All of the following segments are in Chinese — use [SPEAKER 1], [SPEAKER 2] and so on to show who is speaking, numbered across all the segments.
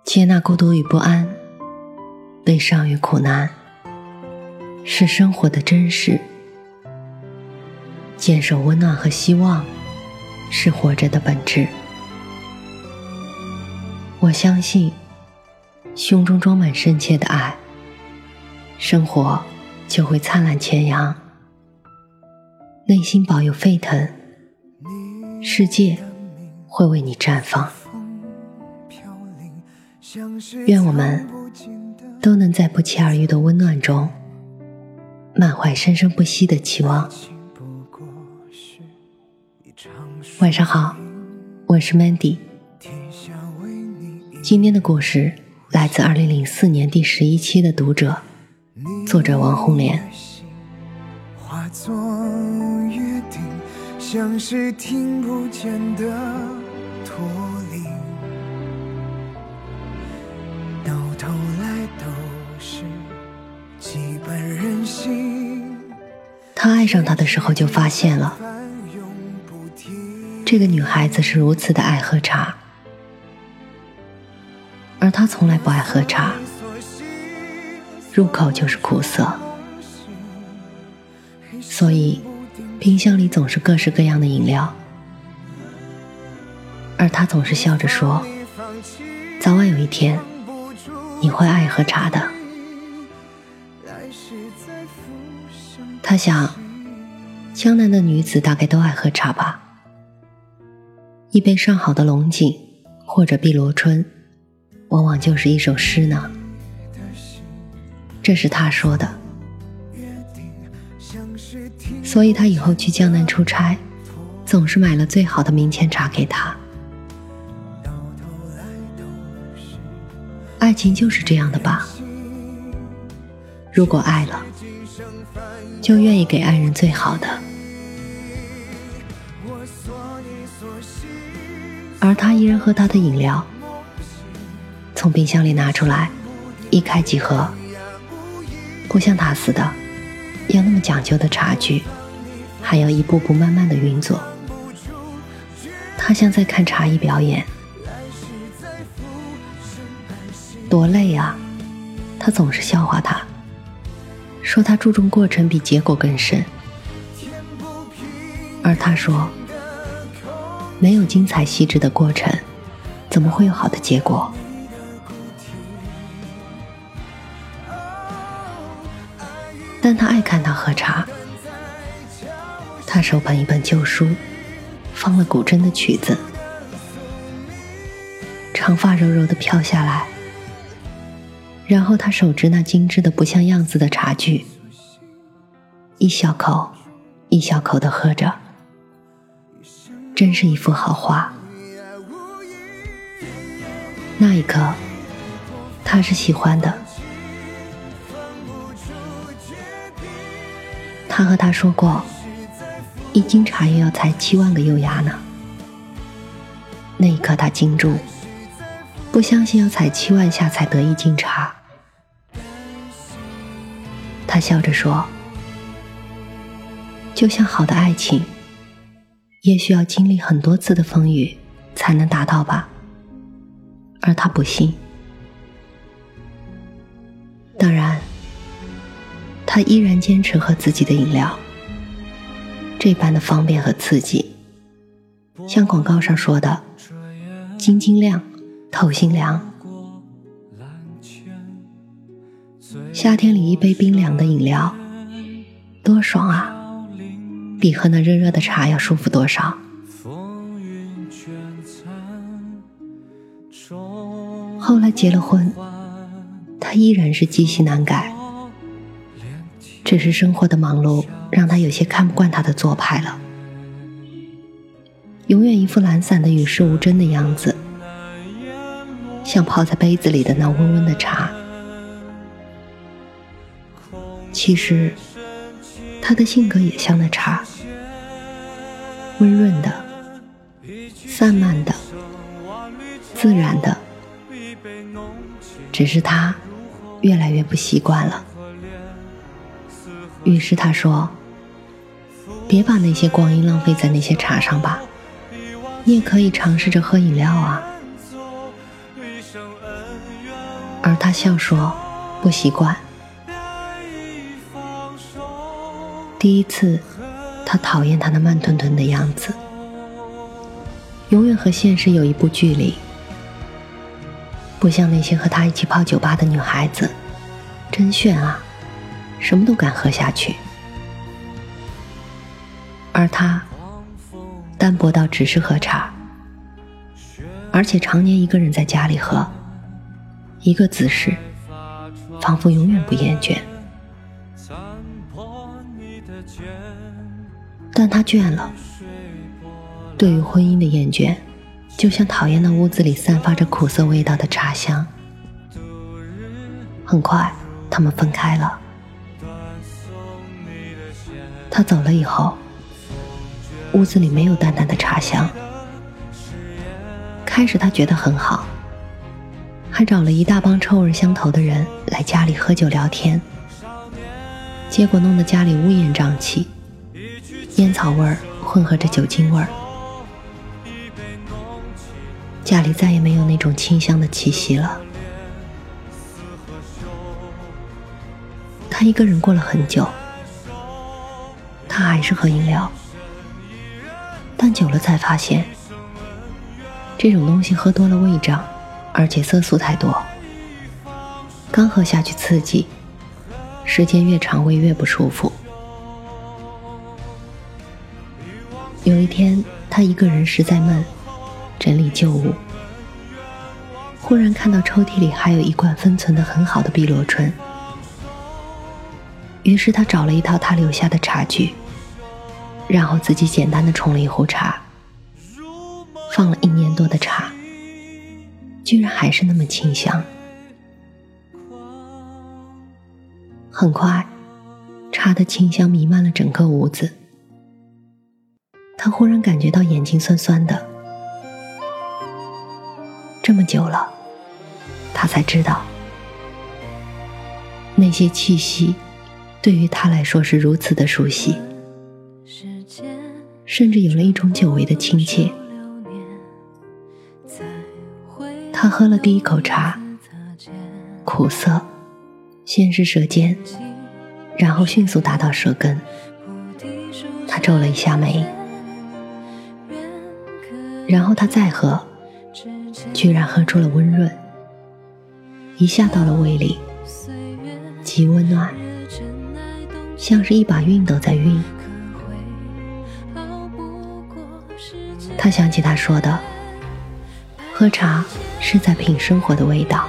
[SPEAKER 1] 接纳孤独与不安，悲伤与苦难，是生活的真实。坚守温暖和希望，是活着的本质。我相信，胸中装满深切的爱，生活就会灿烂千阳；内心保有沸腾，世界会为你绽放。愿我们都能在不期而遇的温暖中，满怀生生不息的期望。晚上好，我是 Mandy。今天的故事来自2004年第11期的读者，作者王红莲。
[SPEAKER 2] 化作约定，像是听不见的驼铃，到头来都是基本人性。
[SPEAKER 1] 他爱上她的时候就发现了，这个女孩子是如此的爱喝茶，而他从来不爱喝茶，入口就是苦涩，所以冰箱里总是各式各样的饮料，而他总是笑着说，早晚有一天你会爱喝茶的。他想，江南的女子大概都爱喝茶吧，一杯上好的龙井或者碧螺春，往往就是一首诗呢。这是他说的，所以他以后去江南出差，总是买了最好的明前茶给他。爱情就是这样的吧，如果爱了，就愿意给爱人最好的。而他依然喝他的饮料，从冰箱里拿出来，一开即喝，不像他似的要那么讲究的茶具，还要一步步慢慢的运作。他像在看茶艺表演，多累啊！他总是笑话他，说他注重过程比结果更深，而他说，没有精彩细致的过程，怎么会有好的结果？但他爱看他喝茶，他手捧一本旧书，放了古筝的曲子，长发柔柔地飘下来，然后他手执那精致的不像样子的茶具，一小口一小口地喝着，真是一幅好画。那一刻他是喜欢的。他和他说过，一斤茶叶要采7万个幼芽呢。那一刻他惊住，不相信要采7万下才得一斤茶。他笑着说，就像好的爱情，也许要经历很多次的风雨才能达到吧。而他不信。当然他依然坚持喝自己的饮料，这般的方便和刺激，像广告上说的，晶晶亮，透心凉。夏天里一杯冰凉的饮料，多爽啊，比喝那热热的茶要舒服多少。后来结了婚，他依然是记性难改，只是生活的忙碌让他有些看不惯他的做派了，永远一副懒散的与世无争的样子，像泡在杯子里的那温温的茶。其实他的性格也像那茶，温润的，散漫的，自然的，只是他越来越不习惯了。于是他说，别把那些光阴浪费在那些茶上吧，你也可以尝试着喝饮料啊。 而他笑说不习惯。第一次，他讨厌他那慢吞吞的样子，永远和现实有一步距离，不像那些和他一起泡酒吧的女孩子，真炫啊，什么都敢喝下去。而他单薄到只是喝茶，而且常年一个人在家里喝，一个姿势，仿佛永远不厌倦。但他倦了，对于婚姻的厌倦，就像讨厌那屋子里散发着苦涩味道的茶香。很快他们分开了。他走了以后，屋子里没有淡淡的茶香。开始他觉得很好，还找了一大帮臭味相投的人来家里喝酒聊天，结果弄得家里乌烟瘴气，烟草味儿混合着酒精味儿，家里再也没有那种清香的气息了。他一个人过了很久，他还是喝饮料，但久了才发现，这种东西喝多了胃胀，而且色素太多，刚喝下去刺激，时间越长胃越不舒服。有一天，他一个人实在闷，整理旧物，忽然看到抽屉里还有一罐封存得很好的碧螺春，于是他找了一套他留下的茶具，然后自己简单的冲了一壶茶，放了1年多的茶，居然还是那么清香。很快，茶的清香弥漫了整个屋子。他忽然感觉到眼睛酸酸的。这么久了，他才知道，那些气息对于他来说是如此的熟悉，甚至有了一种久违的亲切。他喝了第一口茶，苦涩，先是舌尖，然后迅速达到舌根。他皱了一下眉，然后他再喝，居然喝出了温润，一下到了胃里，极温暖，像是一把熨斗在熨。他想起他说的，喝茶是在品生活的味道。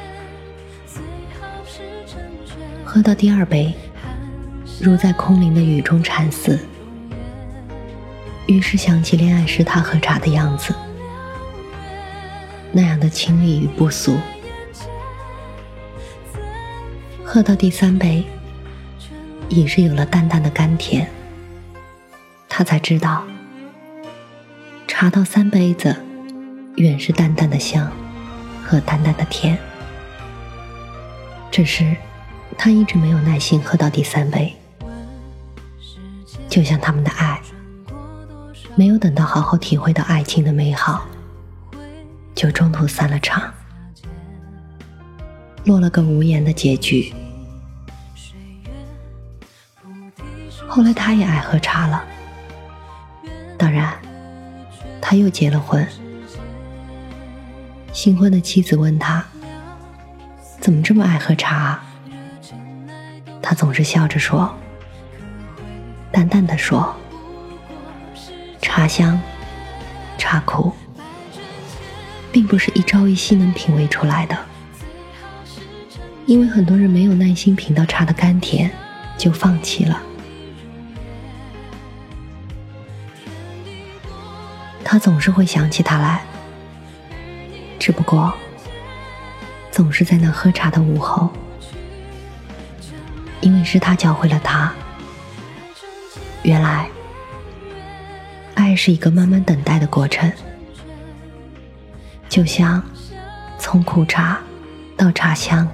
[SPEAKER 1] 喝到第2杯，如在空灵的雨中禅寺，于是想起恋爱时他喝茶的样子，那样的清丽与不俗。喝到第3杯，已是有了淡淡的甘甜。他才知道，茶到3杯子，原是淡淡的香和淡淡的甜。只是他一直没有耐心喝到第3杯，就像他们的爱，没有等到好好体会到爱情的美好，就中途散了场，落了个无言的结局。后来他也爱喝茶了，当然他又结了婚。新婚的妻子问他，怎么这么爱喝茶啊？他总是笑着说，淡淡的说，茶香茶苦并不是一朝一夕能品味出来的，因为很多人没有耐心品到茶的甘甜就放弃了。他总是会想起他来，只不过总是在那喝茶的午后，因为是他教会了他，原来爱是一个慢慢等待的过程，就像从苦茶到茶香。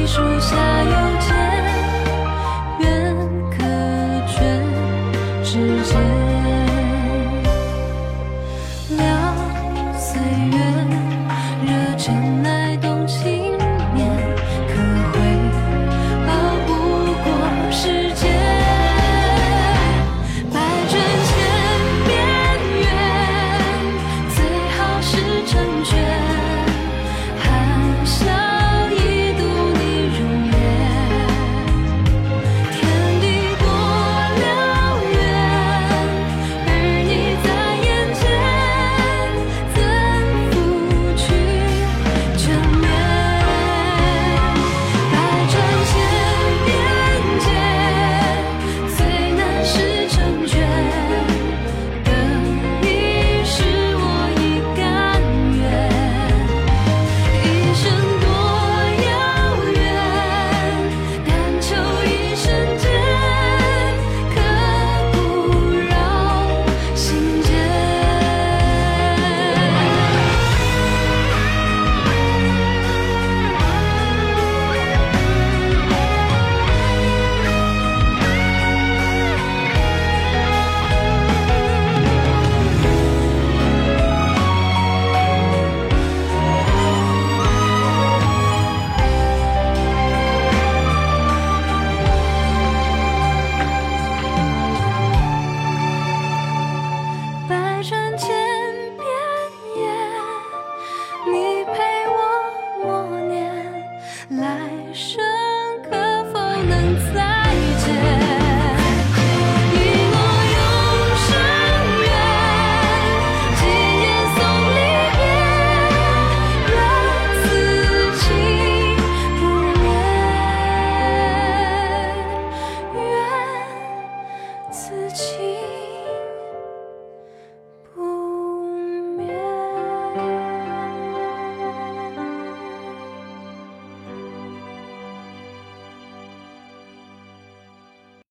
[SPEAKER 3] 树下。